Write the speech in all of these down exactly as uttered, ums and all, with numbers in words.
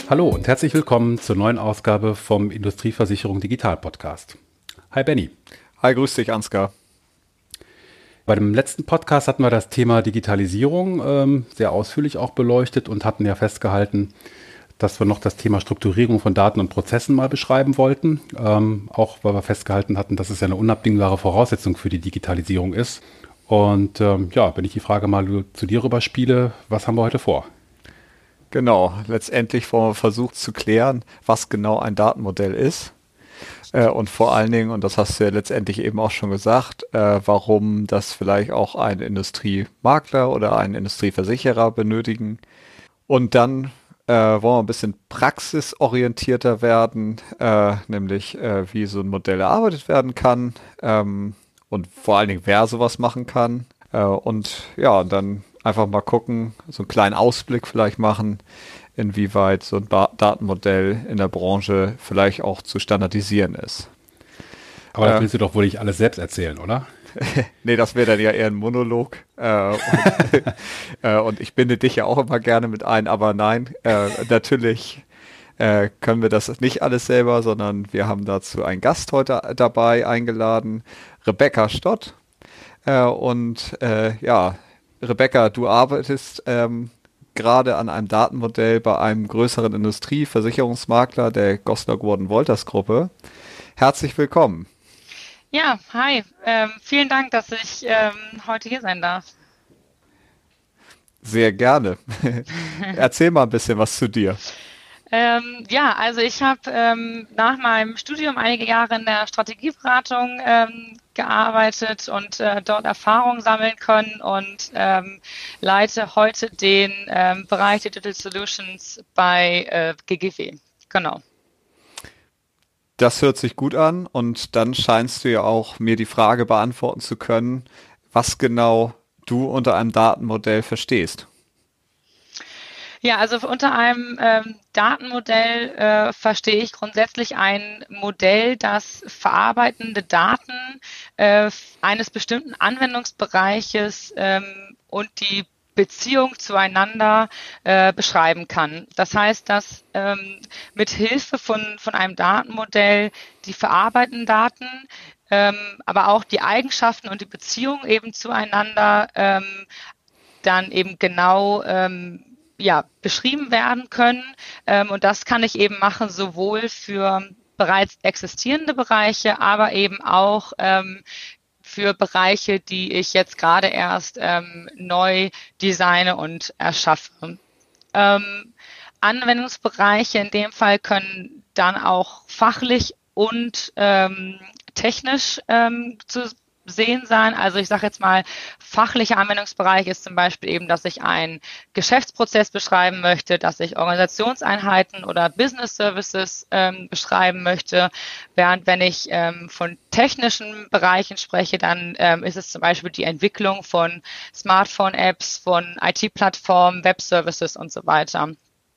Hallo und herzlich willkommen zur neuen Ausgabe vom Industrieversicherung Digital Podcast. Hi Benny. Hi, grüß dich Ansgar. Bei dem letzten Podcast hatten wir das Thema Digitalisierung ähm, sehr ausführlich auch beleuchtet und hatten ja festgehalten, dass wir noch das Thema Strukturierung von Daten und Prozessen mal beschreiben wollten. Ähm, auch weil wir festgehalten hatten, dass es ja eine unabdingbare Voraussetzung für die Digitalisierung ist. Und ähm, ja, wenn ich die Frage mal zu dir rüberspiele, was haben wir heute vor? Genau, letztendlich wollen wir versucht zu klären, was genau ein Datenmodell ist äh, und vor allen Dingen, und das hast du ja letztendlich eben auch schon gesagt, äh, warum das vielleicht auch ein Industriemakler oder ein Industrieversicherer benötigen. Und dann äh, wollen wir ein bisschen praxisorientierter werden, äh, nämlich äh, wie so ein Modell erarbeitet werden kann ähm, und vor allen Dingen, wer sowas machen kann. Äh, und ja, und dann einfach mal gucken, so einen kleinen Ausblick vielleicht machen, inwieweit so ein ba- Datenmodell in der Branche vielleicht auch zu standardisieren ist. Aber das Äh, willst du doch wohl nicht alles selbst erzählen, oder? nee, das wäre dann ja eher ein Monolog. Äh, und, äh, und ich binde dich ja auch immer gerne mit ein, aber nein, äh, natürlich äh, können wir das nicht alles selber, sondern wir haben dazu einen Gast heute dabei eingeladen, Rebecca Stott. Äh, und äh, ja, Rebecca, du arbeitest ähm, gerade an einem Datenmodell bei einem größeren Industrieversicherungsmakler der Goslar Gordon Wolters Gruppe. Herzlich willkommen. Ja, hi. Ähm, vielen Dank, dass ich ähm, heute hier sein darf. Sehr gerne. Erzähl mal ein bisschen was zu dir. Ähm, ja, also ich habe ähm, nach meinem Studium einige Jahre in der Strategieberatung ähm, gearbeitet und äh, dort Erfahrung sammeln können und ähm, leite heute den ähm, Bereich Digital Solutions bei äh, G G W. Genau. Das hört sich gut an und dann scheinst du ja auch mir die Frage beantworten zu können, was genau du unter einem Datenmodell verstehst. Ja, also unter einem ähm, Datenmodell äh, verstehe ich grundsätzlich ein Modell, das verarbeitende Daten äh, eines bestimmten Anwendungsbereiches ähm, und die Beziehung zueinander äh, beschreiben kann. Das heißt, dass ähm, mit Hilfe von, von einem Datenmodell die verarbeitenden Daten, ähm, aber auch die Eigenschaften und die Beziehung eben zueinander ähm, dann eben genau ähm, ja, beschrieben werden können. Ähm, und das kann ich eben machen, sowohl für bereits existierende Bereiche, aber eben auch ähm, für Bereiche, die ich jetzt gerade erst ähm, neu designe und erschaffe. Ähm, Anwendungsbereiche in dem Fall können dann auch fachlich und ähm, technisch ähm, zu sehen sein. Also ich sage jetzt mal, fachlicher Anwendungsbereich ist zum Beispiel eben, dass ich einen Geschäftsprozess beschreiben möchte, dass ich Organisationseinheiten oder Business Services ähm, beschreiben möchte. Während wenn ich ähm, von technischen Bereichen spreche, dann ähm, ist es zum Beispiel die Entwicklung von Smartphone-Apps, von I T-Plattformen, Web-Services und so weiter.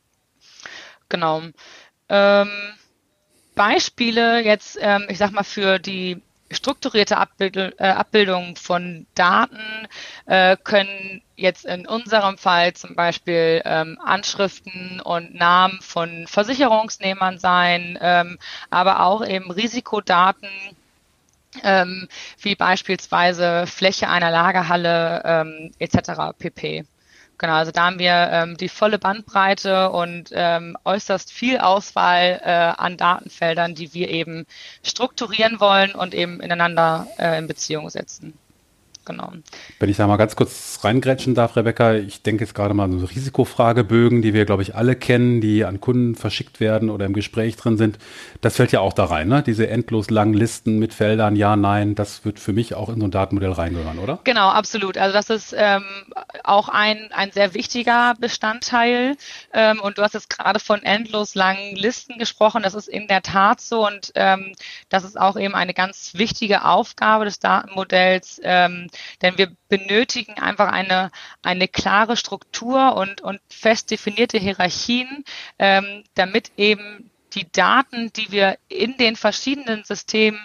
Genau. Ähm, Beispiele jetzt, ähm, ich sag mal, für die strukturierte Abbild, äh, Abbildung von Daten äh, können jetzt in unserem Fall zum Beispiel ähm, Anschriften und Namen von Versicherungsnehmern sein, ähm, aber auch eben Risikodaten, ähm, wie beispielsweise Fläche einer Lagerhalle ähm, et cetera pp. Genau, also da haben wir ähm, die volle Bandbreite und ähm, äußerst viel Auswahl äh, an Datenfeldern, die wir eben strukturieren wollen und eben ineinander äh, in Beziehung setzen. Genau. Wenn ich da mal ganz kurz reingrätschen darf, Rebecca, ich denke jetzt gerade mal an so Risikofragebögen, die wir, glaube ich, alle kennen, die an Kunden verschickt werden oder im Gespräch drin sind. Das fällt ja auch da rein, ne? Diese endlos langen Listen mit Feldern, ja, nein, das wird für mich auch in so ein Datenmodell reingehören, oder? Genau, absolut. Also das ist ähm, auch ein, ein sehr wichtiger Bestandteil. Ähm, und du hast jetzt gerade von endlos langen Listen gesprochen. Das ist in der Tat so. Und ähm, das ist auch eben eine ganz wichtige Aufgabe des Datenmodells, ähm, denn wir benötigen einfach eine, eine klare Struktur und, und fest definierte Hierarchien, ähm, damit eben die Daten, die wir in den verschiedenen Systemen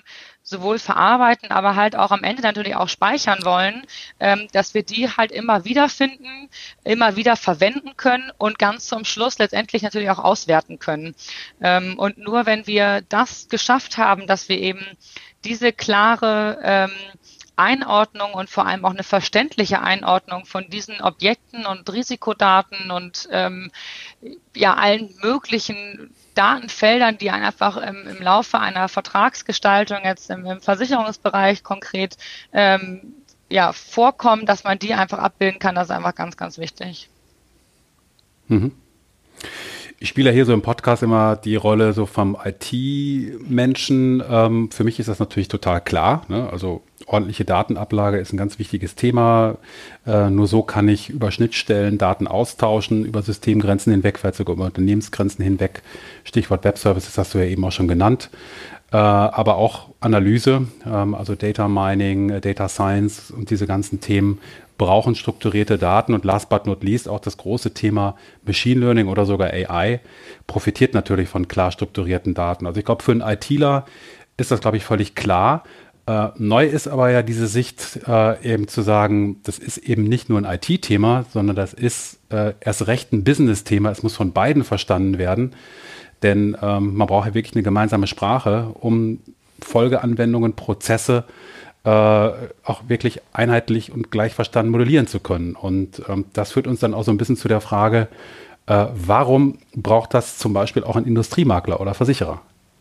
sowohl verarbeiten, aber halt auch am Ende natürlich auch speichern wollen, ähm, dass wir die halt immer wieder finden, immer wieder verwenden können und ganz zum Schluss letztendlich natürlich auch auswerten können. Ähm, und nur wenn wir das geschafft haben, dass wir eben diese klare ähm, Einordnung und vor allem auch eine verständliche Einordnung von diesen Objekten und Risikodaten und ähm, ja allen möglichen Datenfeldern, die einfach im, im Laufe einer Vertragsgestaltung jetzt im, im Versicherungsbereich konkret ähm, ja vorkommen, dass man die einfach abbilden kann, das ist einfach ganz, ganz wichtig. Mhm. Ich spiele ja hier so im Podcast immer die Rolle so vom I T-Menschen. Ähm, für mich ist das natürlich total klar, ne? Also ordentliche Datenablage ist ein ganz wichtiges Thema. Äh, nur so kann ich über Schnittstellen Daten austauschen, über Systemgrenzen hinweg, vielleicht sogar über Unternehmensgrenzen hinweg. Stichwort Web-Services hast du ja eben auch schon genannt. Äh, aber auch Analyse, ähm, also Data Mining, äh, Data Science und diese ganzen Themen brauchen strukturierte Daten, und last but not least auch das große Thema Machine Learning oder sogar A I profitiert natürlich von klar strukturierten Daten. Also ich glaube, für einen ITler ist das, glaube ich, völlig klar. Äh, neu ist aber ja diese Sicht, äh, eben zu sagen, das ist eben nicht nur ein I T-Thema, sondern das ist äh, erst recht ein Business-Thema. Es muss von beiden verstanden werden, denn ähm, man braucht ja wirklich eine gemeinsame Sprache, um Folgeanwendungen, Prozesse auch wirklich einheitlich und gleich verstanden modellieren zu können. Und ähm, das führt uns dann auch so ein bisschen zu der Frage, äh, warum braucht das zum Beispiel auch ein Industriemakler oder Versicherer?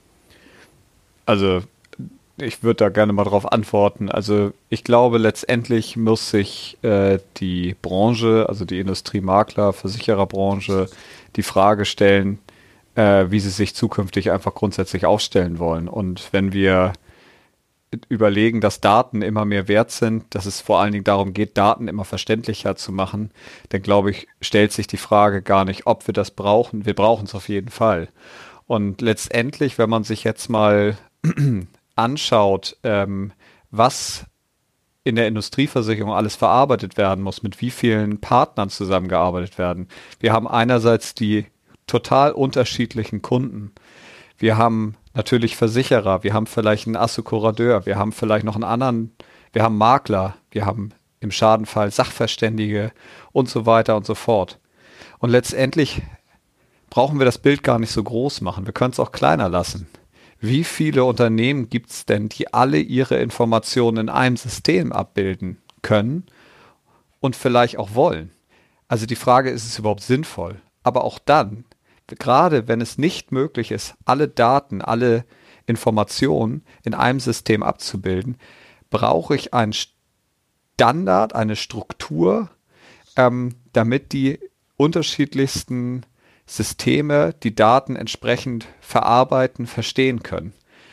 Also ich würde da gerne mal drauf antworten. Also ich glaube, letztendlich muss sich äh, die Branche, also die Industriemakler, Versichererbranche, die Frage stellen, äh, wie sie sich zukünftig einfach grundsätzlich aufstellen wollen. Und wenn wir überlegen, dass Daten immer mehr wert sind, dass es vor allen Dingen darum geht, Daten immer verständlicher zu machen, dann glaube ich, stellt sich die Frage gar nicht, ob wir das brauchen. Wir brauchen es auf jeden Fall. Und letztendlich, wenn man sich jetzt mal anschaut, ähm, was in der Industrieversicherung alles verarbeitet werden muss, mit wie vielen Partnern zusammengearbeitet werden. Wir haben einerseits die total unterschiedlichen Kunden. Wir haben natürlich Versicherer, wir haben vielleicht einen Assekurateur, wir haben vielleicht noch einen anderen, wir haben Makler, wir haben im Schadenfall Sachverständige und so weiter und so fort. Und letztendlich brauchen wir das Bild gar nicht so groß machen, wir können es auch kleiner lassen. Wie viele Unternehmen gibt es denn, die alle ihre Informationen in einem System abbilden können und vielleicht auch wollen? Also die Frage, ist es überhaupt sinnvoll? Aber auch dann, gerade wenn es nicht möglich ist, alle Daten, alle Informationen in einem System abzubilden, brauche ich einen Standard, eine Struktur, ähm, damit die unterschiedlichsten Systeme die Daten entsprechend verarbeiten, verstehen können.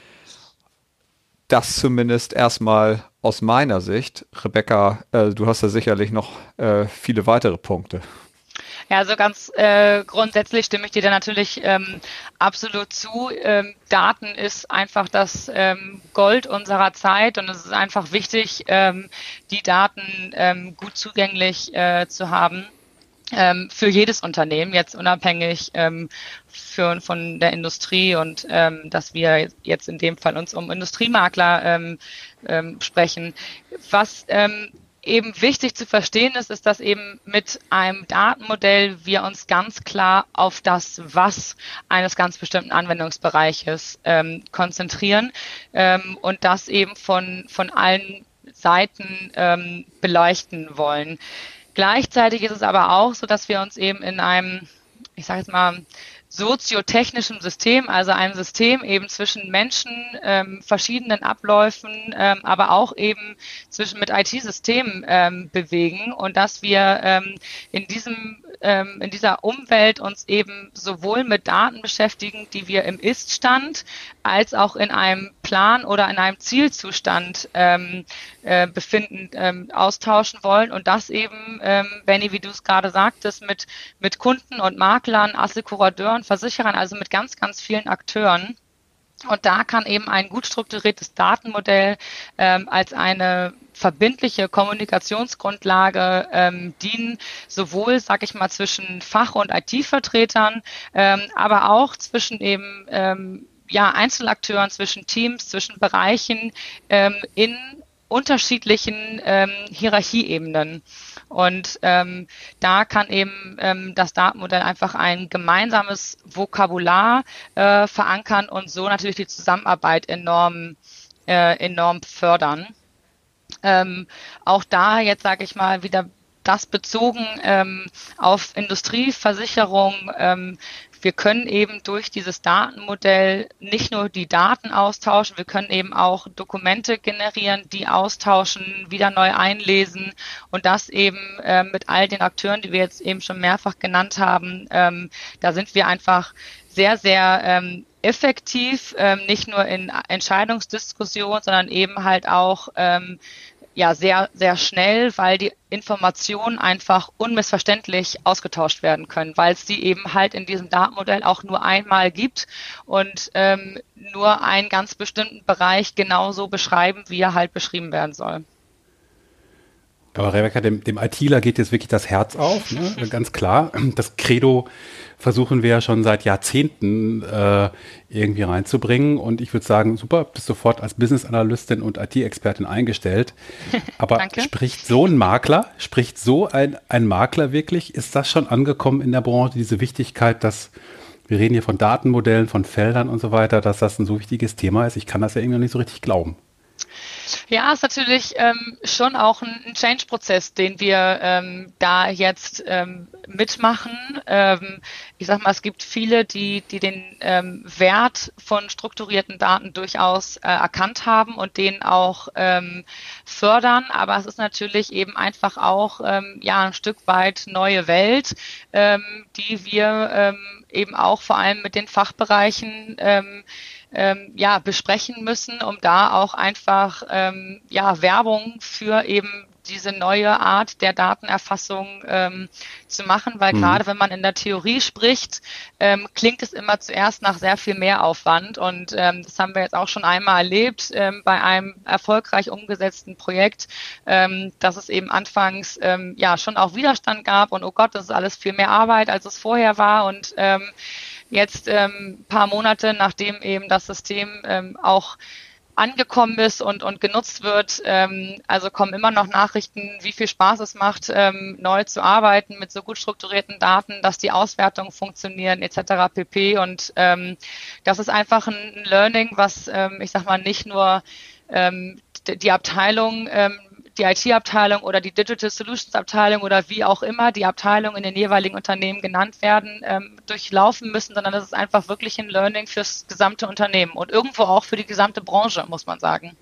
Das zumindest erstmal aus meiner Sicht. Rebecca, äh, du hast ja sicherlich noch äh, viele weitere Punkte. Ja, also ganz äh, grundsätzlich stimme ich dir da natürlich ähm, absolut zu. Ähm, Daten ist einfach das ähm, Gold unserer Zeit, und es ist einfach wichtig, ähm, die Daten ähm, gut zugänglich äh, zu haben ähm, für jedes Unternehmen, jetzt unabhängig ähm, für, von der Industrie, und ähm, dass wir jetzt in dem Fall uns um Industriemakler ähm, ähm, sprechen. Was ähm, eben wichtig zu verstehen ist, ist, dass eben mit einem Datenmodell wir uns ganz klar auf das Was eines ganz bestimmten Anwendungsbereiches ähm, konzentrieren ähm, und das eben von, von allen Seiten ähm, beleuchten wollen. Gleichzeitig ist es aber auch so, dass wir uns eben in einem, ich sage jetzt mal, soziotechnischen System, also einem System eben zwischen Menschen, ähm, verschiedenen Abläufen, ähm, aber auch eben zwischen mit I T-Systemen ähm, bewegen, und dass wir ähm, in diesem ähm, in dieser Umwelt uns eben sowohl mit Daten beschäftigen, die wir im Ist-Stand, als auch in einem Plan oder in einem Zielzustand ähm, äh, befinden, ähm, austauschen wollen, und das eben, ähm, Benny, wie du es gerade sagtest, mit mit Kunden und Maklern, Assekurateuren, Versicherern, also mit ganz, ganz vielen Akteuren. Und da kann eben ein gut strukturiertes Datenmodell ähm, als eine verbindliche Kommunikationsgrundlage ähm, dienen, sowohl, sag ich mal, zwischen Fach- und I T-Vertretern, ähm, aber auch zwischen eben ähm, ja, Einzelakteuren, zwischen Teams, zwischen Bereichen ähm, in unterschiedlichen ähm, Hierarchieebenen. Und ähm, da kann eben ähm, das Datenmodell einfach ein gemeinsames Vokabular äh, verankern und so natürlich die Zusammenarbeit enorm, äh, enorm fördern. Ähm, auch da jetzt sage ich mal wieder das bezogen ähm, auf Industrieversicherung. Ähm, wir können eben durch dieses Datenmodell nicht nur die Daten austauschen, wir können eben auch Dokumente generieren, die austauschen, wieder neu einlesen und das eben äh, mit all den Akteuren, die wir jetzt eben schon mehrfach genannt haben. Ähm, da sind wir einfach sehr, sehr ähm, effektiv, ähm, nicht nur in Entscheidungsdiskussionen, sondern eben halt auch ähm, ja sehr, sehr schnell, weil die Informationen einfach unmissverständlich ausgetauscht werden können, weil es die eben halt in diesem Datenmodell auch nur einmal gibt und ähm, nur einen ganz bestimmten Bereich genauso beschreiben, wie er halt beschrieben werden soll. Aber Rebecca, dem, dem ITler geht jetzt wirklich das Herz auf, ne? Ganz klar. Das Credo versuchen wir ja schon seit Jahrzehnten äh, irgendwie reinzubringen. Und ich würde sagen, super, bist sofort als Business-Analystin und I T-Expertin eingestellt. Aber spricht so ein Makler, spricht so ein, ein Makler wirklich, ist das schon angekommen in der Branche, diese Wichtigkeit, dass wir reden hier von Datenmodellen, von Feldern und so weiter, dass das ein so wichtiges Thema ist? Ich kann das ja irgendwie noch nicht so richtig glauben. Ja, ist natürlich ähm, schon auch ein, ein Change-Prozess, den wir ähm, da jetzt ähm, mitmachen. Ähm, ich sag mal, es gibt viele, die, die den ähm, Wert von strukturierten Daten durchaus äh, erkannt haben und den auch ähm, fördern. Aber es ist natürlich eben einfach auch ähm, ja ein Stück weit neue Welt, ähm, die wir ähm, eben auch vor allem mit den Fachbereichen ähm, Ähm, ja, besprechen müssen, um da auch einfach ähm, ja, Werbung für eben diese neue Art der Datenerfassung ähm, zu machen, weil mhm. gerade wenn man in der Theorie spricht, ähm, klingt es immer zuerst nach sehr viel Mehraufwand und ähm, das haben wir jetzt auch schon einmal erlebt ähm, bei einem erfolgreich umgesetzten Projekt, ähm, dass es eben anfangs ähm, ja schon auch Widerstand gab und oh Gott, das ist alles viel mehr Arbeit, als es vorher war und ähm, Jetzt ähm, paar Monate, nachdem eben das System ähm, auch angekommen ist und, und genutzt wird, ähm, also kommen immer noch Nachrichten, wie viel Spaß es macht, ähm, neu zu arbeiten mit so gut strukturierten Daten, dass die Auswertungen funktionieren et cetera pp. Und ähm, das ist einfach ein Learning, was ähm, ich sag mal nicht nur ähm, die Abteilung ähm, die I T-Abteilung oder die Digital Solutions-Abteilung oder wie auch immer die Abteilung in den jeweiligen Unternehmen genannt werden, ähm, durchlaufen müssen, sondern das ist einfach wirklich ein Learning fürs gesamte Unternehmen und irgendwo auch für die gesamte Branche, muss man sagen.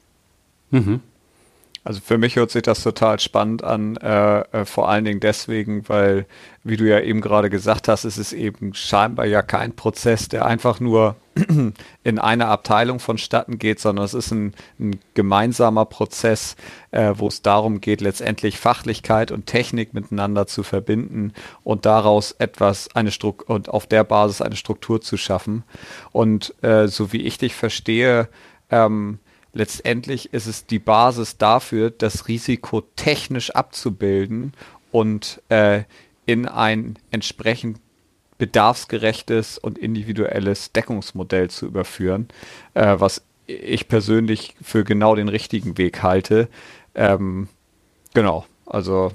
Mhm. Also für mich hört sich das total spannend an, äh, äh, vor allen Dingen deswegen, weil, wie du ja eben gerade gesagt hast, es ist eben scheinbar ja kein Prozess, der einfach nur in einer Abteilung vonstatten geht, sondern es ist ein, ein gemeinsamer Prozess, äh, wo es darum geht, letztendlich Fachlichkeit und Technik miteinander zu verbinden und daraus etwas, eine Struktur und auf der Basis eine Struktur zu schaffen. Und äh, so wie ich dich verstehe, ähm, letztendlich ist es die Basis dafür, das Risiko technisch abzubilden und äh, in ein entsprechend bedarfsgerechtes und individuelles Deckungsmodell zu überführen, äh, was ich persönlich für genau den richtigen Weg halte. Ähm, genau, also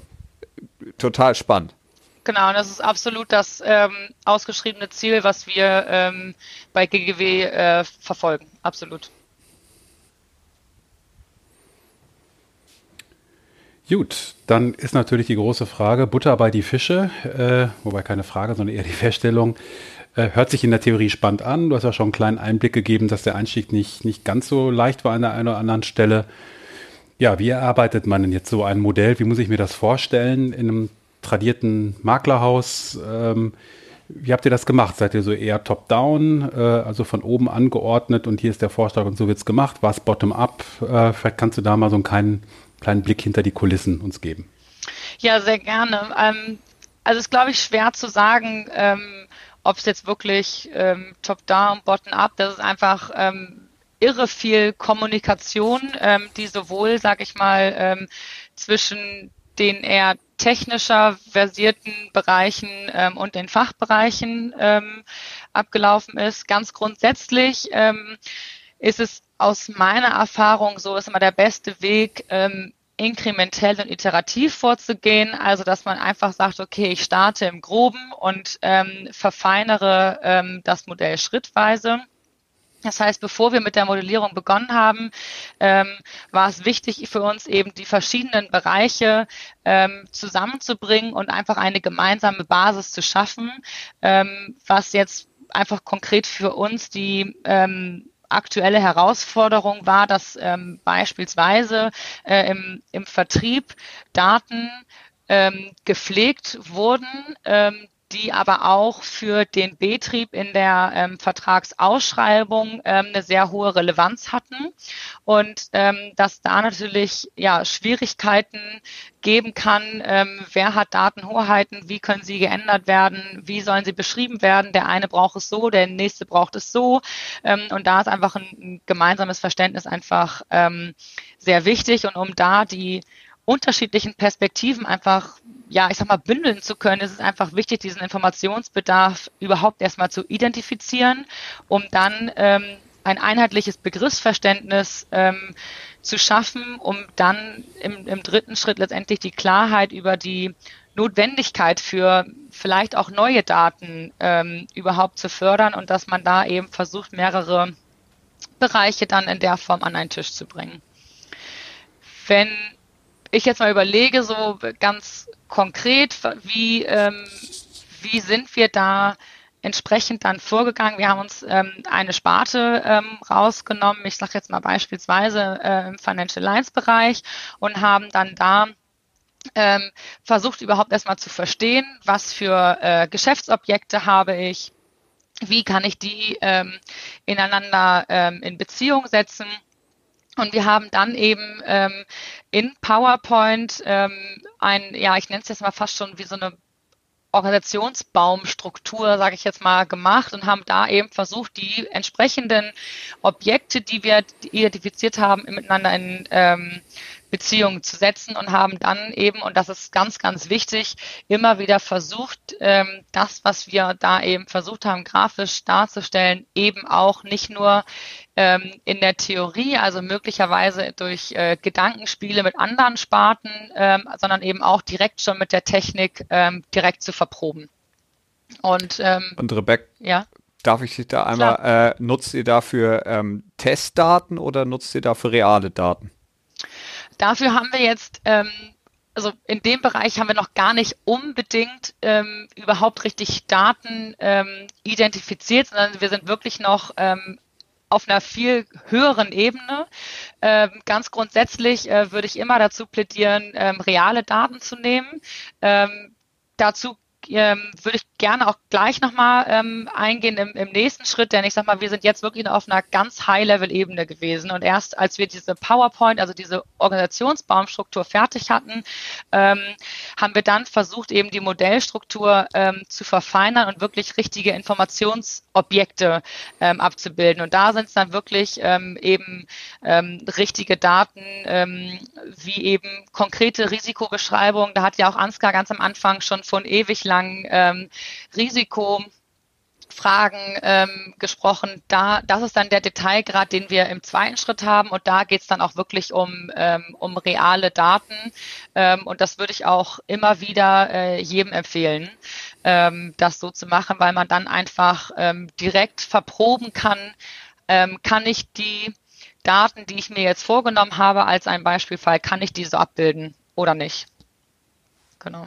total spannend. Genau, und das ist absolut das ähm, ausgeschriebene Ziel, was wir ähm, bei G G W äh, verfolgen. Absolut. Gut, dann ist natürlich die große Frage, Butter bei die Fische, äh, wobei keine Frage, sondern eher die Feststellung, äh, hört sich in der Theorie spannend an. Du hast ja schon einen kleinen Einblick gegeben, dass der Einstieg nicht, nicht ganz so leicht war an der einen oder anderen Stelle. Ja, wie erarbeitet man denn jetzt so ein Modell? Wie muss ich mir das vorstellen in einem tradierten Maklerhaus? Ähm, wie habt ihr das gemacht? Seid ihr so eher top-down, äh, also von oben angeordnet und hier ist der Vorschlag und so wird's gemacht? War es bottom-up? Äh, vielleicht kannst du da mal so einen kleinen kleinen Blick hinter die Kulissen uns geben. Ja, sehr gerne. Ähm, also es ist, glaube ich, schwer zu sagen, ähm, ob es jetzt wirklich ähm, top-down, bottom-up, das ist einfach ähm, irre viel Kommunikation, ähm, die sowohl, sag ich mal, ähm, zwischen den eher technischer versierten Bereichen ähm, und den Fachbereichen ähm, abgelaufen ist. Ganz grundsätzlich ähm, ist es aus meiner Erfahrung so, ist immer der beste Weg, ähm, inkrementell und iterativ vorzugehen, also dass man einfach sagt, okay, ich starte im Groben und ähm, verfeinere ähm, das Modell schrittweise. Das heißt, bevor wir mit der Modellierung begonnen haben, ähm, war es wichtig für uns eben die verschiedenen Bereiche ähm, zusammenzubringen und einfach eine gemeinsame Basis zu schaffen, ähm, was jetzt einfach konkret für uns die ähm, aktuelle Herausforderung war, dass ähm, beispielsweise äh, im, im Vertrieb Daten ähm, gepflegt wurden, ähm, die aber auch für den Betrieb in der ähm, Vertragsausschreibung ähm, eine sehr hohe Relevanz hatten und ähm, dass da natürlich ja Schwierigkeiten geben kann, ähm, wer hat Datenhoheiten, wie können sie geändert werden, wie sollen sie beschrieben werden, der eine braucht es so, der nächste braucht es so ähm, und da ist einfach ein, ein gemeinsames Verständnis einfach ähm, sehr wichtig und um da die unterschiedlichen Perspektiven einfach, ja, ich sag mal, bündeln zu können, ist es einfach wichtig, diesen Informationsbedarf überhaupt erstmal zu identifizieren, um dann ähm, ein einheitliches Begriffsverständnis ähm, zu schaffen, um dann im, im dritten Schritt letztendlich die Klarheit über die Notwendigkeit für vielleicht auch neue Daten ähm, überhaupt zu fördern und dass man da eben versucht, mehrere Bereiche dann in der Form an einen Tisch zu bringen. Wenn ich jetzt mal überlege, so ganz konkret, wie, ähm, wie sind wir da entsprechend dann vorgegangen? Wir haben uns ähm, eine Sparte ähm, rausgenommen, ich sage jetzt mal beispielsweise äh, im Financial Lines Bereich und haben dann da ähm, versucht überhaupt erstmal zu verstehen, was für äh, Geschäftsobjekte habe ich, wie kann ich die ähm, ineinander ähm, in Beziehung setzen. Und wir haben dann eben ähm, in PowerPoint ähm, ein, ja, ich nenne es jetzt mal fast schon wie so eine Organisationsbaumstruktur, sage ich jetzt mal, gemacht und haben da eben versucht, die entsprechenden Objekte, die wir identifiziert haben, miteinander in ähm, Beziehungen zu setzen und haben dann eben, und das ist ganz, ganz wichtig, immer wieder versucht, ähm, das, was wir da eben versucht haben, grafisch darzustellen, eben auch nicht nur ähm, in der Theorie, also möglicherweise durch äh, Gedankenspiele mit anderen Sparten, ähm, sondern eben auch direkt schon mit der Technik ähm, direkt zu verproben. Und, ähm, und Rebecca, ja? Darf ich dich da einmal, äh, nutzt ihr dafür ähm, Testdaten oder nutzt ihr dafür reale Daten? Dafür haben wir jetzt, ähm, also in dem Bereich haben wir noch gar nicht unbedingt ähm, überhaupt richtig Daten ähm, identifiziert, sondern wir sind wirklich noch ähm, auf einer viel höheren Ebene. Ähm, ganz grundsätzlich äh, würde ich immer dazu plädieren, ähm, reale Daten zu nehmen. Ähm, dazu ähm, würde ich gerne auch gleich nochmal ähm, eingehen im, im nächsten Schritt, denn ich sag mal, wir sind jetzt wirklich noch auf einer ganz High-Level-Ebene gewesen und erst als wir diese PowerPoint, also diese Organisationsbaumstruktur fertig hatten, ähm, haben wir dann versucht, eben die Modellstruktur ähm, zu verfeinern und wirklich richtige Informationsobjekte ähm, abzubilden und da sind es dann wirklich ähm, eben ähm, richtige Daten, ähm, wie eben konkrete Risikobeschreibungen, da hat ja auch Ansgar ganz am Anfang schon von ewig lang ähm, Risikofragen ähm, gesprochen. Da, das ist dann der Detailgrad, den wir im zweiten Schritt haben und da geht es dann auch wirklich um, ähm, um reale Daten ähm, und das würde ich auch immer wieder äh, jedem empfehlen, ähm, das so zu machen, weil man dann einfach ähm, direkt verproben kann, ähm, kann ich die Daten, die ich mir jetzt vorgenommen habe, als ein Beispielfall, kann ich diese abbilden oder nicht? Genau.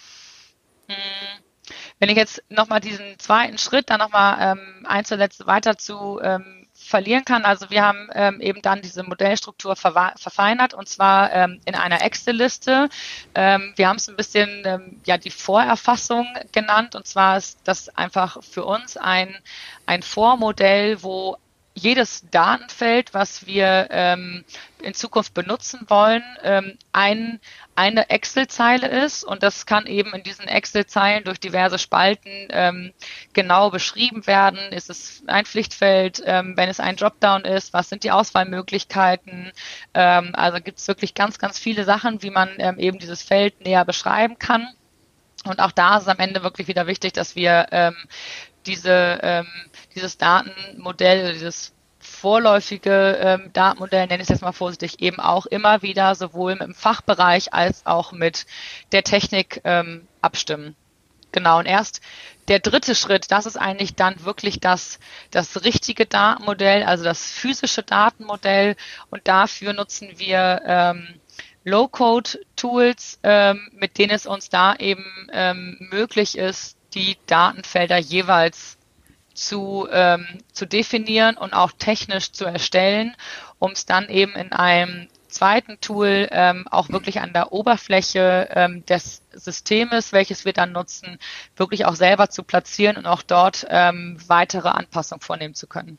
Wenn ich jetzt nochmal diesen zweiten Schritt dann nochmal ähm, eins zuletzt weiter zu ähm, verlieren kann, also wir haben ähm, eben dann diese Modellstruktur verfeinert und zwar ähm, in einer Excel-Liste. Ähm, wir haben es ein bisschen ähm, ja die Vorerfassung genannt und zwar ist das einfach für uns ein, ein Vormodell, wo jedes Datenfeld, was wir ähm, in Zukunft benutzen wollen, ähm, ein, eine Excel-Zeile ist und das kann eben in diesen Excel-Zeilen durch diverse Spalten ähm, genau beschrieben werden. Ist es ein Pflichtfeld, ähm, wenn es ein Dropdown ist, was sind die Auswahlmöglichkeiten? Ähm, also gibt es wirklich ganz, ganz viele Sachen, wie man ähm, eben dieses Feld näher beschreiben kann. Und auch da ist es am Ende wirklich wieder wichtig, dass wir ähm, diese, ähm, dieses Datenmodell, dieses vorläufige ähm, Datenmodell, nenne ich es jetzt mal vorsichtig, eben auch immer wieder sowohl mit dem Fachbereich als auch mit der Technik ähm, abstimmen. Genau, und erst der dritte Schritt, das ist eigentlich dann wirklich das, das richtige Datenmodell, also das physische Datenmodell. Und dafür nutzen wir ähm, Low-Code-Tools, ähm, mit denen es uns da eben ähm, möglich ist, die Datenfelder jeweils zu, ähm, zu definieren und auch technisch zu erstellen, um es dann eben in einem zweiten Tool ähm, auch wirklich an der Oberfläche ähm, des Systems, welches wir dann nutzen, wirklich auch selber zu platzieren und auch dort ähm, weitere Anpassungen vornehmen zu können.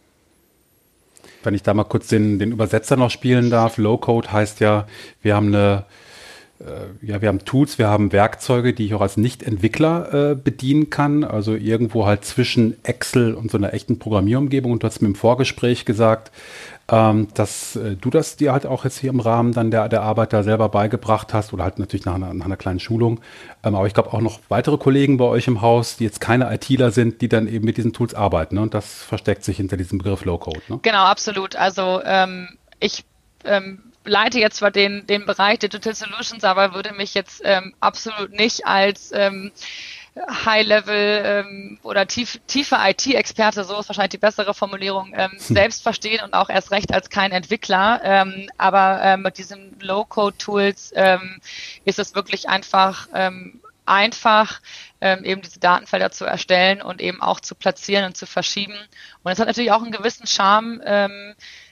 Wenn ich da mal kurz den, den Übersetzer noch spielen darf, Low-Code heißt ja, wir haben eine Ja, wir haben Tools, wir haben Werkzeuge, die ich auch als Nicht-Entwickler äh, bedienen kann. Also irgendwo halt zwischen Excel und so einer echten Programmierumgebung. Und du hast mir im Vorgespräch gesagt, ähm, dass äh, du das dir halt auch jetzt hier im Rahmen dann der, der Arbeit da selber beigebracht hast oder halt natürlich nach einer, nach einer kleinen Schulung. Ähm, aber ich glaube auch noch weitere Kollegen bei euch im Haus, die jetzt keine ITler sind, die dann eben mit diesen Tools arbeiten. Ne? Und das versteckt sich hinter diesem Begriff Low-Code. Ne? Genau, absolut. Also ähm, ich ähm, leite jetzt zwar den, den Bereich Digital Solutions, aber würde mich jetzt ähm, absolut nicht als ähm, High-Level ähm, oder tief, tiefe I T-Experte, so ist wahrscheinlich die bessere Formulierung, ähm, selbst verstehen und auch erst recht als kein Entwickler. Ähm, aber ähm, mit diesen Low-Code-Tools ähm, ist es wirklich einfach ähm, einfach, ähm, eben diese Datenfelder zu erstellen und eben auch zu platzieren und zu verschieben. Und es hat natürlich auch einen gewissen Charme, ähm,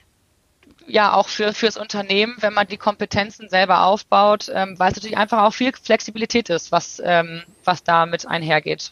ja, auch für fürs Unternehmen, wenn man die Kompetenzen selber aufbaut, ähm, weil es natürlich einfach auch viel Flexibilität ist, was, ähm, was damit einhergeht.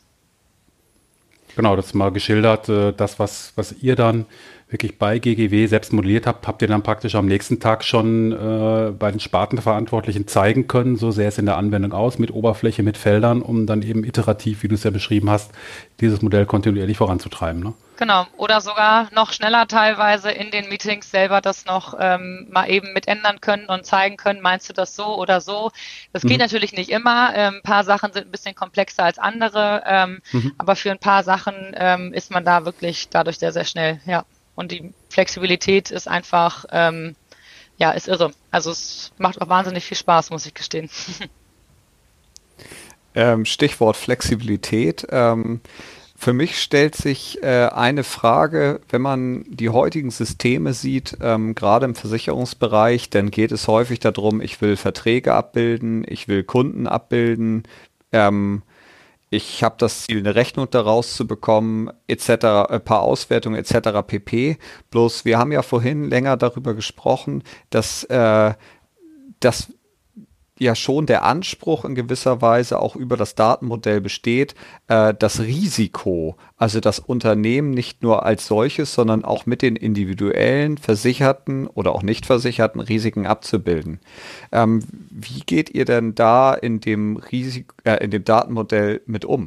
Genau, das ist mal geschildert, äh, das, was, was ihr dann wirklich bei G G W selbst modelliert habt, habt ihr dann praktisch am nächsten Tag schon äh, bei den Spartenverantwortlichen zeigen können, so sähe es in der Anwendung aus, mit Oberfläche, mit Feldern, um dann eben iterativ, wie du es ja beschrieben hast, dieses Modell kontinuierlich voranzutreiben. Ne? Genau, oder sogar noch schneller teilweise in den Meetings selber das noch ähm, mal eben mit ändern können und zeigen können, meinst du das so oder so? Das geht mhm. natürlich nicht immer, ähm, ein paar Sachen sind ein bisschen komplexer als andere, ähm, mhm. aber für ein paar Sachen ähm, ist man da wirklich dadurch sehr, sehr schnell, ja. Und die Flexibilität ist einfach, ähm, ja, ist irre. Also es macht auch wahnsinnig viel Spaß, muss ich gestehen. Ähm, Stichwort Flexibilität. Ähm, für mich stellt sich äh, eine Frage, wenn man die heutigen Systeme sieht, ähm, gerade im Versicherungsbereich, dann geht es häufig darum, ich will Verträge abbilden, ich will Kunden abbilden, ähm, ich habe das Ziel, eine Rechnung daraus zu bekommen, et cetera, ein paar Auswertungen et cetera pp. Bloß wir haben ja vorhin länger darüber gesprochen, dass äh, das ja schon der Anspruch in gewisser Weise auch über das Datenmodell besteht, äh, das Risiko, also das Unternehmen nicht nur als solches, sondern auch mit den individuellen, versicherten oder auch nicht versicherten Risiken abzubilden. Ähm, wie geht ihr denn da in dem Risiko, äh, in dem Datenmodell mit um?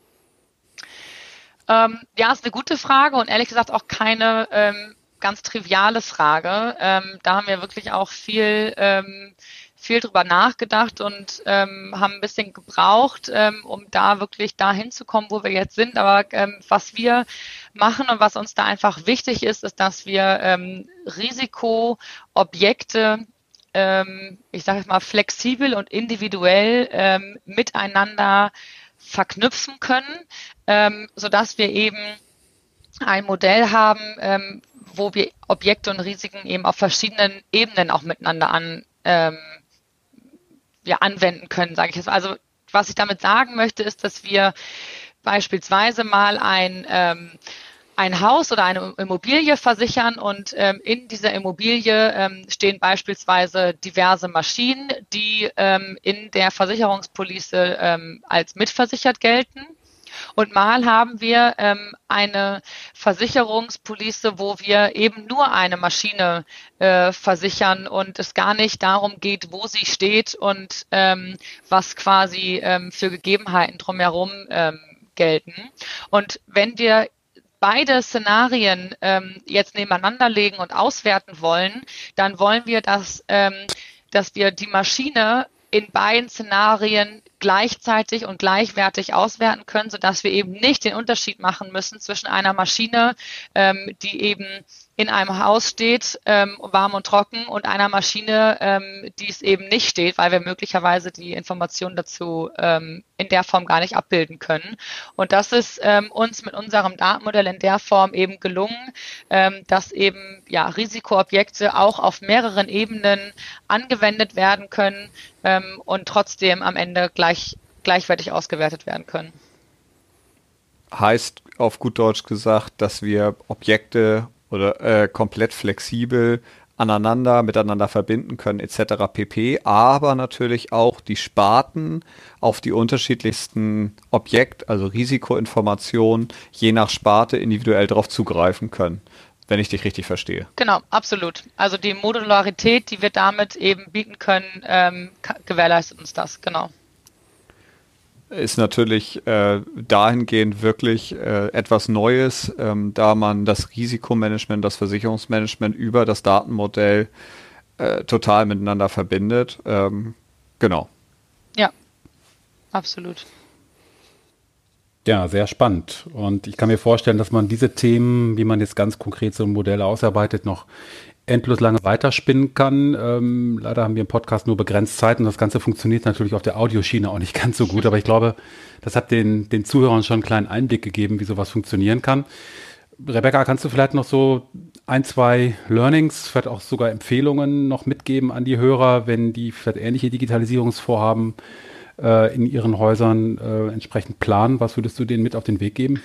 Ähm, ja, ist eine gute Frage und ehrlich gesagt auch keine ähm, ganz triviale Frage. Ähm, da haben wir wirklich auch viel ähm, viel drüber nachgedacht und ähm, haben ein bisschen gebraucht, ähm, um da wirklich dahin zu kommen, wo wir jetzt sind. Aber ähm, was wir machen und was uns da einfach wichtig ist, ist, dass wir ähm, Risikoobjekte, ähm, ich sage jetzt mal, flexibel und individuell ähm, miteinander verknüpfen können, ähm, sodass wir eben ein Modell haben, ähm, wo wir Objekte und Risiken eben auf verschiedenen Ebenen auch miteinander an ähm, ja, anwenden können, sage ich jetzt. Also was ich damit sagen möchte, ist, dass wir beispielsweise mal ein, ähm, ein Haus oder eine Immobilie versichern und ähm, in dieser Immobilie ähm, stehen beispielsweise diverse Maschinen, die ähm, in der Versicherungspolice ähm, als mitversichert gelten. Und mal haben wir ähm, eine Versicherungspolice, wo wir eben nur eine Maschine äh, versichern und es gar nicht darum geht, wo sie steht und ähm, was quasi ähm, für Gegebenheiten drumherum ähm, gelten. Und wenn wir beide Szenarien ähm, jetzt nebeneinander legen und auswerten wollen, dann wollen wir, dass, ähm, dass wir die Maschine in beiden Szenarien gleichzeitig und gleichwertig auswerten können, sodass wir eben nicht den Unterschied machen müssen zwischen einer Maschine, ähm, die eben in einem Haus steht, ähm, warm und trocken, und einer Maschine, ähm, die es eben nicht steht, weil wir möglicherweise die Informationen dazu ähm, in der Form gar nicht abbilden können. Und das ist ähm, uns mit unserem Datenmodell in der Form eben gelungen, ähm, dass eben ja Risikoobjekte auch auf mehreren Ebenen angewendet werden können ähm, und trotzdem am Ende gleich, gleichwertig ausgewertet werden können. Heißt auf gut Deutsch gesagt, dass wir Objekte oder äh, komplett flexibel aneinander, miteinander verbinden können et cetera pp., aber natürlich auch die Sparten auf die unterschiedlichsten Objekt-, also Risikoinformationen, je nach Sparte individuell darauf zugreifen können, wenn ich dich richtig verstehe. Genau, absolut. Also die Modularität, die wir damit eben bieten können, ähm, gewährleistet uns das, genau. Ist natürlich äh, dahingehend wirklich äh, etwas Neues, ähm, da man das Risikomanagement, das Versicherungsmanagement über das Datenmodell äh, total miteinander verbindet. Ähm, genau. Ja, absolut. Ja, sehr spannend. Und ich kann mir vorstellen, dass man diese Themen, wie man jetzt ganz konkret so ein Modell ausarbeitet, noch endlos lange weiterspinnen kann. Ähm, leider haben wir im Podcast nur begrenzt Zeit und das Ganze funktioniert natürlich auf der Audioschiene auch nicht ganz so gut. Aber ich glaube, das hat den, den Zuhörern schon einen kleinen Einblick gegeben, wie sowas funktionieren kann. Rebecca, kannst du vielleicht noch so ein, zwei Learnings, vielleicht auch sogar Empfehlungen noch mitgeben an die Hörer, wenn die vielleicht ähnliche Digitalisierungsvorhaben äh, in ihren Häusern äh, entsprechend planen? Was würdest du denen mit auf den Weg geben?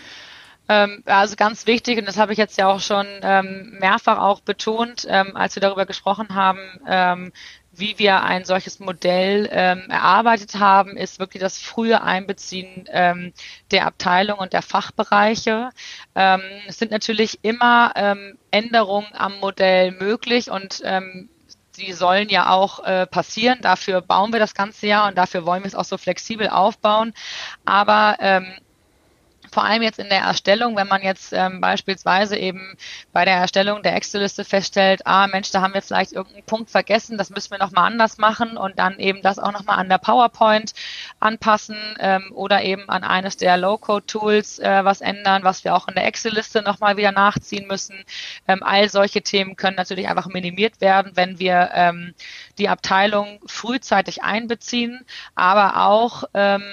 Also ganz wichtig, und das habe ich jetzt ja auch schon ähm, mehrfach auch betont, ähm, als wir darüber gesprochen haben, ähm, wie wir ein solches Modell ähm, erarbeitet haben, ist wirklich das frühe Einbeziehen ähm, der Abteilung und der Fachbereiche. Ähm, es sind natürlich immer ähm, Änderungen am Modell möglich und ähm, die sollen ja auch äh, passieren. Dafür bauen wir das ganze Jahr und dafür wollen wir es auch so flexibel aufbauen. Aber ähm, vor allem jetzt in der Erstellung, wenn man jetzt ähm, beispielsweise eben bei der Erstellung der Excel-Liste feststellt, ah Mensch, da haben wir vielleicht irgendeinen Punkt vergessen, das müssen wir nochmal anders machen und dann eben das auch nochmal an der PowerPoint anpassen ähm, oder eben an eines der Low-Code-Tools äh, was ändern, was wir auch in der Excel-Liste nochmal wieder nachziehen müssen. Ähm, all solche Themen können natürlich einfach minimiert werden, wenn wir ähm, die Abteilung frühzeitig einbeziehen, aber auch ähm,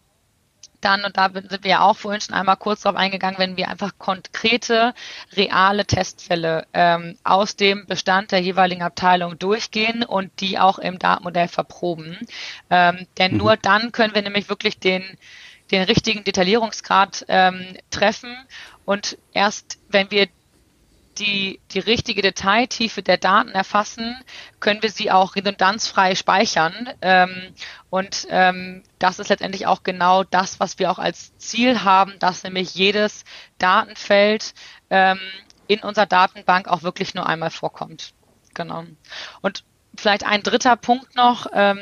dann, und da sind wir ja auch vorhin schon einmal kurz drauf eingegangen, wenn wir einfach konkrete, reale Testfälle ähm, aus dem Bestand der jeweiligen Abteilung durchgehen und die auch im Datenmodell verproben. Ähm, denn mhm. nur dann können wir nämlich wirklich den, den richtigen Detaillierungsgrad ähm, treffen und erst wenn wir die, die richtige Detailtiefe der Daten erfassen, können wir sie auch redundanzfrei speichern. Ähm, und ähm, das ist letztendlich auch genau das, was wir auch als Ziel haben, dass nämlich jedes Datenfeld ähm, in unserer Datenbank auch wirklich nur einmal vorkommt. Genau. Und vielleicht ein dritter Punkt noch, ähm,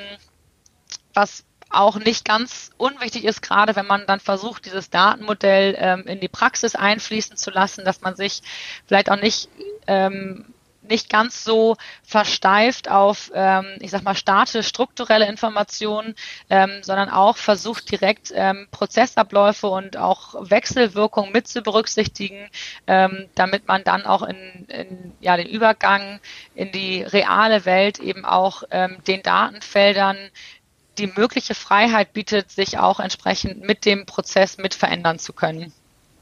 was auch nicht ganz unwichtig ist, gerade wenn man dann versucht, dieses Datenmodell ähm, in die Praxis einfließen zu lassen, dass man sich vielleicht auch nicht ähm, nicht ganz so versteift auf, ähm, ich sag mal, statisch strukturelle Informationen, ähm, sondern auch versucht, direkt ähm, Prozessabläufe und auch Wechselwirkungen mit zu berücksichtigen, ähm, damit man dann auch in, in ja, den Übergang in die reale Welt eben auch ähm, den Datenfeldern die mögliche Freiheit bietet, sich auch entsprechend mit dem Prozess mit verändern zu können.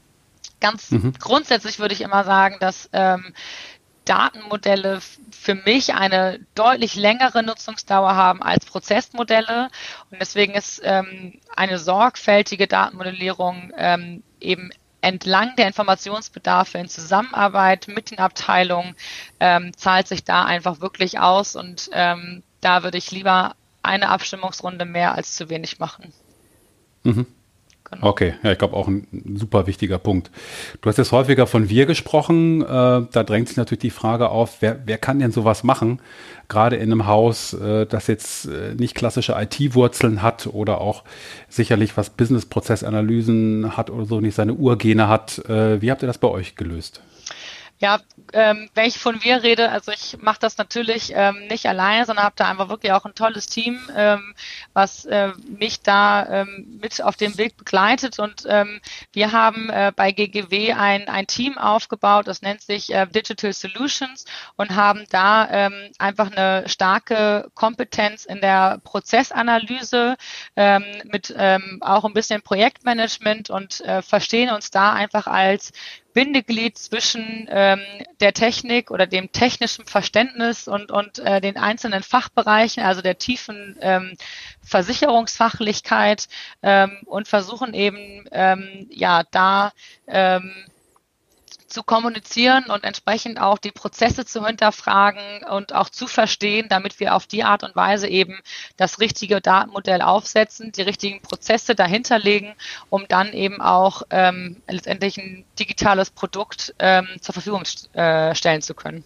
Ganz mhm. grundsätzlich würde ich immer sagen, dass ähm, Datenmodelle für mich eine deutlich längere Nutzungsdauer haben als Prozessmodelle und deswegen ist ähm, eine sorgfältige Datenmodellierung ähm, eben entlang der Informationsbedarfe in Zusammenarbeit mit den Abteilungen ähm, zahlt sich da einfach wirklich aus und ähm, da würde ich lieber eine Abstimmungsrunde mehr als zu wenig machen. Mhm. Genau. Okay, ja, ich glaube auch ein super wichtiger Punkt. Du hast jetzt häufiger von wir gesprochen, äh, da drängt sich natürlich die Frage auf, wer, wer kann denn sowas machen, gerade in einem Haus, äh, das jetzt äh, nicht klassische I T-Wurzeln hat oder auch sicherlich was Business-Prozessanalysen hat oder so, nicht seine Urgene hat. Äh, wie habt ihr das bei euch gelöst? Ja, ähm, wenn ich von wir rede, also ich mache das natürlich ähm, nicht alleine, sondern habe da einfach wirklich auch ein tolles Team, ähm, was äh, mich da ähm, mit auf dem Weg begleitet. Und ähm, wir haben äh, bei G G W ein, ein Team aufgebaut, das nennt sich äh, Digital Solutions, und haben da ähm, einfach eine starke Kompetenz in der Prozessanalyse ähm, mit ähm, auch ein bisschen Projektmanagement und äh, verstehen uns da einfach als Bindeglied zwischen ähm, der Technik oder dem technischen Verständnis und, und äh, den einzelnen Fachbereichen, also der tiefen ähm, Versicherungsfachlichkeit, ähm, und versuchen eben ähm, ja da ähm, zu kommunizieren und entsprechend auch die Prozesse zu hinterfragen und auch zu verstehen, damit wir auf die Art und Weise eben das richtige Datenmodell aufsetzen, die richtigen Prozesse dahinterlegen, um dann eben auch ähm, letztendlich ein digitales Produkt ähm, zur Verfügung äh, stellen zu können.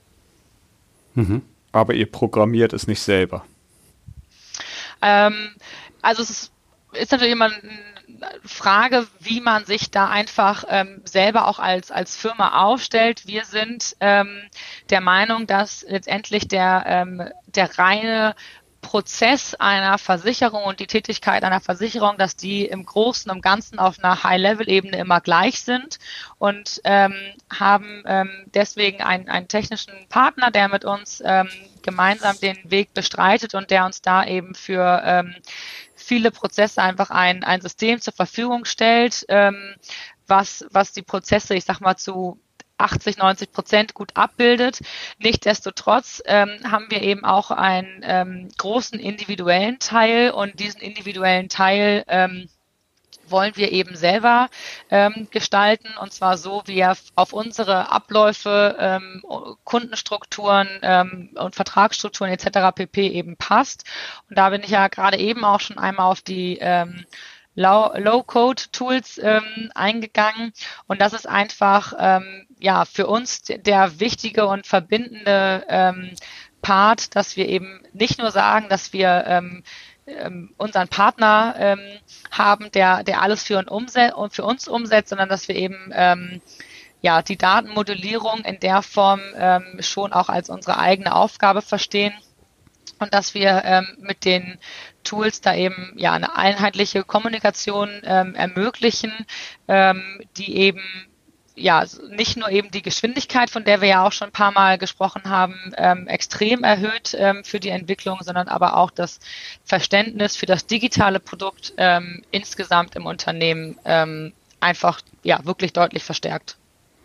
Mhm. Aber ihr programmiert es nicht selber? Ähm, also es ist, ist natürlich immer ein Frage, wie man sich da einfach ähm, selber auch als, als Firma aufstellt. Wir sind ähm, der Meinung, dass letztendlich der, ähm, der reine Prozess einer Versicherung und die Tätigkeit einer Versicherung, dass die im Großen und Ganzen auf einer High-Level-Ebene immer gleich sind, und ähm, haben ähm, deswegen einen, einen technischen Partner, der mit uns ähm, gemeinsam den Weg bestreitet und der uns da eben für ähm, viele Prozesse einfach ein, ein System zur Verfügung stellt, ähm, was, was die Prozesse, ich sag mal, zu achtzig, neunzig Prozent gut abbildet. Nichtsdestotrotz ähm, haben wir eben auch einen ähm, großen individuellen Teil, und diesen individuellen Teil ähm, wollen wir eben selber ähm, gestalten, und zwar so, wie er auf unsere Abläufe, ähm, Kundenstrukturen ähm, und Vertragsstrukturen et cetera pp. Eben passt. Und da bin ich ja gerade eben auch schon einmal auf die ähm, Low-Code-Tools ähm, eingegangen, und das ist einfach ähm, ja für uns der wichtige und verbindende ähm, Part, dass wir eben nicht nur sagen, dass wir ähm, unseren Partner ähm, haben, der der alles für, uns umset- für uns umsetzt, sondern dass wir eben ähm, ja die Datenmodellierung in der Form ähm, schon auch als unsere eigene Aufgabe verstehen, und dass wir ähm, mit den Tools da eben ja eine einheitliche Kommunikation ähm, ermöglichen, ähm, die eben ja nicht nur eben die Geschwindigkeit, von der wir ja auch schon ein paar Mal gesprochen haben, ähm, extrem erhöht ähm, für die Entwicklung, sondern aber auch das Verständnis für das digitale Produkt ähm, insgesamt im Unternehmen ähm, einfach ja wirklich deutlich verstärkt.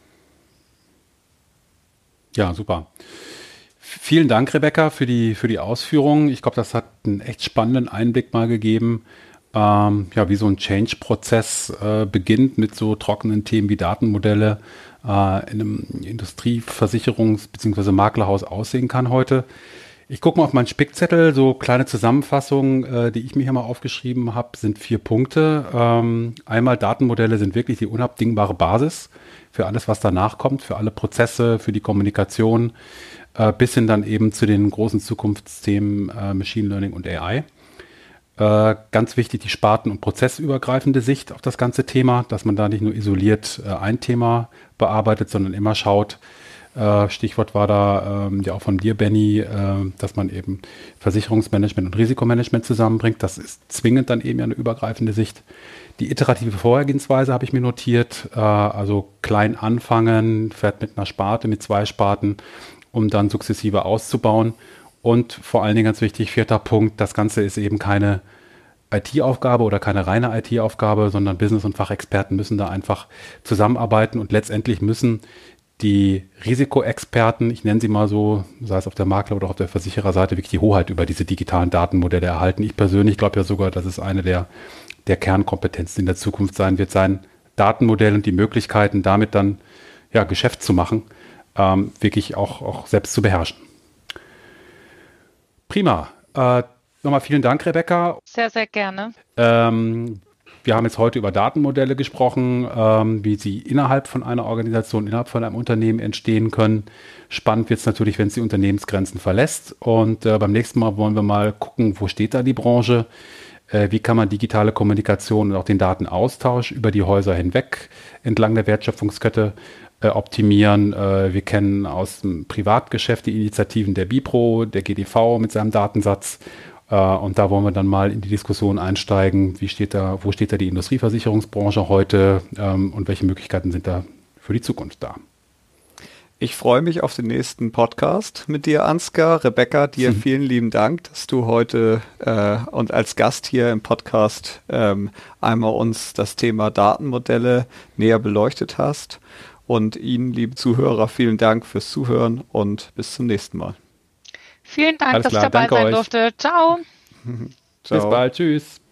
Ja, super. Vielen Dank, Rebecca, für die, für die Ausführungen. Ich glaube, das hat einen echt spannenden Einblick mal gegeben, ähm, ja, wie so ein Change-Prozess äh, beginnt mit so trockenen Themen wie Datenmodelle äh, in einem Industrieversicherungs- bzw. Maklerhaus aussehen kann heute. Ich gucke mal auf meinen Spickzettel, so kleine Zusammenfassungen, äh, die ich mir hier mal aufgeschrieben habe, sind vier Punkte. Ähm, einmal, Datenmodelle sind wirklich die unabdingbare Basis für alles, was danach kommt, für alle Prozesse, für die Kommunikation, äh, bis hin dann eben zu den großen Zukunftsthemen äh, Machine Learning und A I. Äh, ganz wichtig, die sparten- und prozessübergreifende Sicht auf das ganze Thema, dass man da nicht nur isoliert äh, ein Thema bearbeitet, sondern immer schaut, äh, Stichwort war da ähm, ja auch von dir, Benny, äh, dass man eben Versicherungsmanagement und Risikomanagement zusammenbringt. Das ist zwingend dann eben ja eine übergreifende Sicht. Die iterative Vorhergehensweise habe ich mir notiert, äh, also klein anfangen, fährt mit einer Sparte, mit zwei Sparten, um dann sukzessive auszubauen. Und vor allen Dingen ganz wichtig, vierter Punkt, das Ganze ist eben keine I T-Aufgabe oder keine reine I T-Aufgabe, sondern Business- und Fachexperten müssen da einfach zusammenarbeiten, und letztendlich müssen die Risikoexperten, ich nenne sie mal so, sei es auf der Makler- oder auf der Versichererseite, wirklich die Hoheit über diese digitalen Datenmodelle erhalten. Ich persönlich glaube ja sogar, dass es eine der, der Kernkompetenzen in der Zukunft sein wird, sein Datenmodell und die Möglichkeiten, damit dann ja, Geschäft zu machen, ähm, wirklich auch, auch selbst zu beherrschen. Prima. Äh, nochmal vielen Dank, Rebecca. Sehr, sehr gerne. Ähm, wir haben jetzt heute über Datenmodelle gesprochen, ähm, wie sie innerhalb von einer Organisation, innerhalb von einem Unternehmen entstehen können. Spannend wird es natürlich, wenn es die Unternehmensgrenzen verlässt. Und äh, beim nächsten Mal wollen wir mal gucken, wo steht da die Branche? Äh, wie kann man digitale Kommunikation und auch den Datenaustausch über die Häuser hinweg entlang der Wertschöpfungskette äh, optimieren. Äh, wir kennen aus dem Privatgeschäft die Initiativen der Bipro, der G D V mit seinem Datensatz. Äh, und da wollen wir dann mal in die Diskussion einsteigen, wie steht da, wo steht da die Industrieversicherungsbranche heute ähm, und welche Möglichkeiten sind da für die Zukunft da. Ich freue mich auf den nächsten Podcast mit dir, Ansgar. Rebecca, dir mhm. vielen lieben Dank, dass du heute äh, und als Gast hier im Podcast ähm, einmal uns das Thema Datenmodelle näher beleuchtet hast. Und Ihnen, liebe Zuhörer, vielen Dank fürs Zuhören und bis zum nächsten Mal. Vielen Dank, Alles dass klar, ich dabei danke sein euch. durfte. Ciao. Bis bald. Tschüss.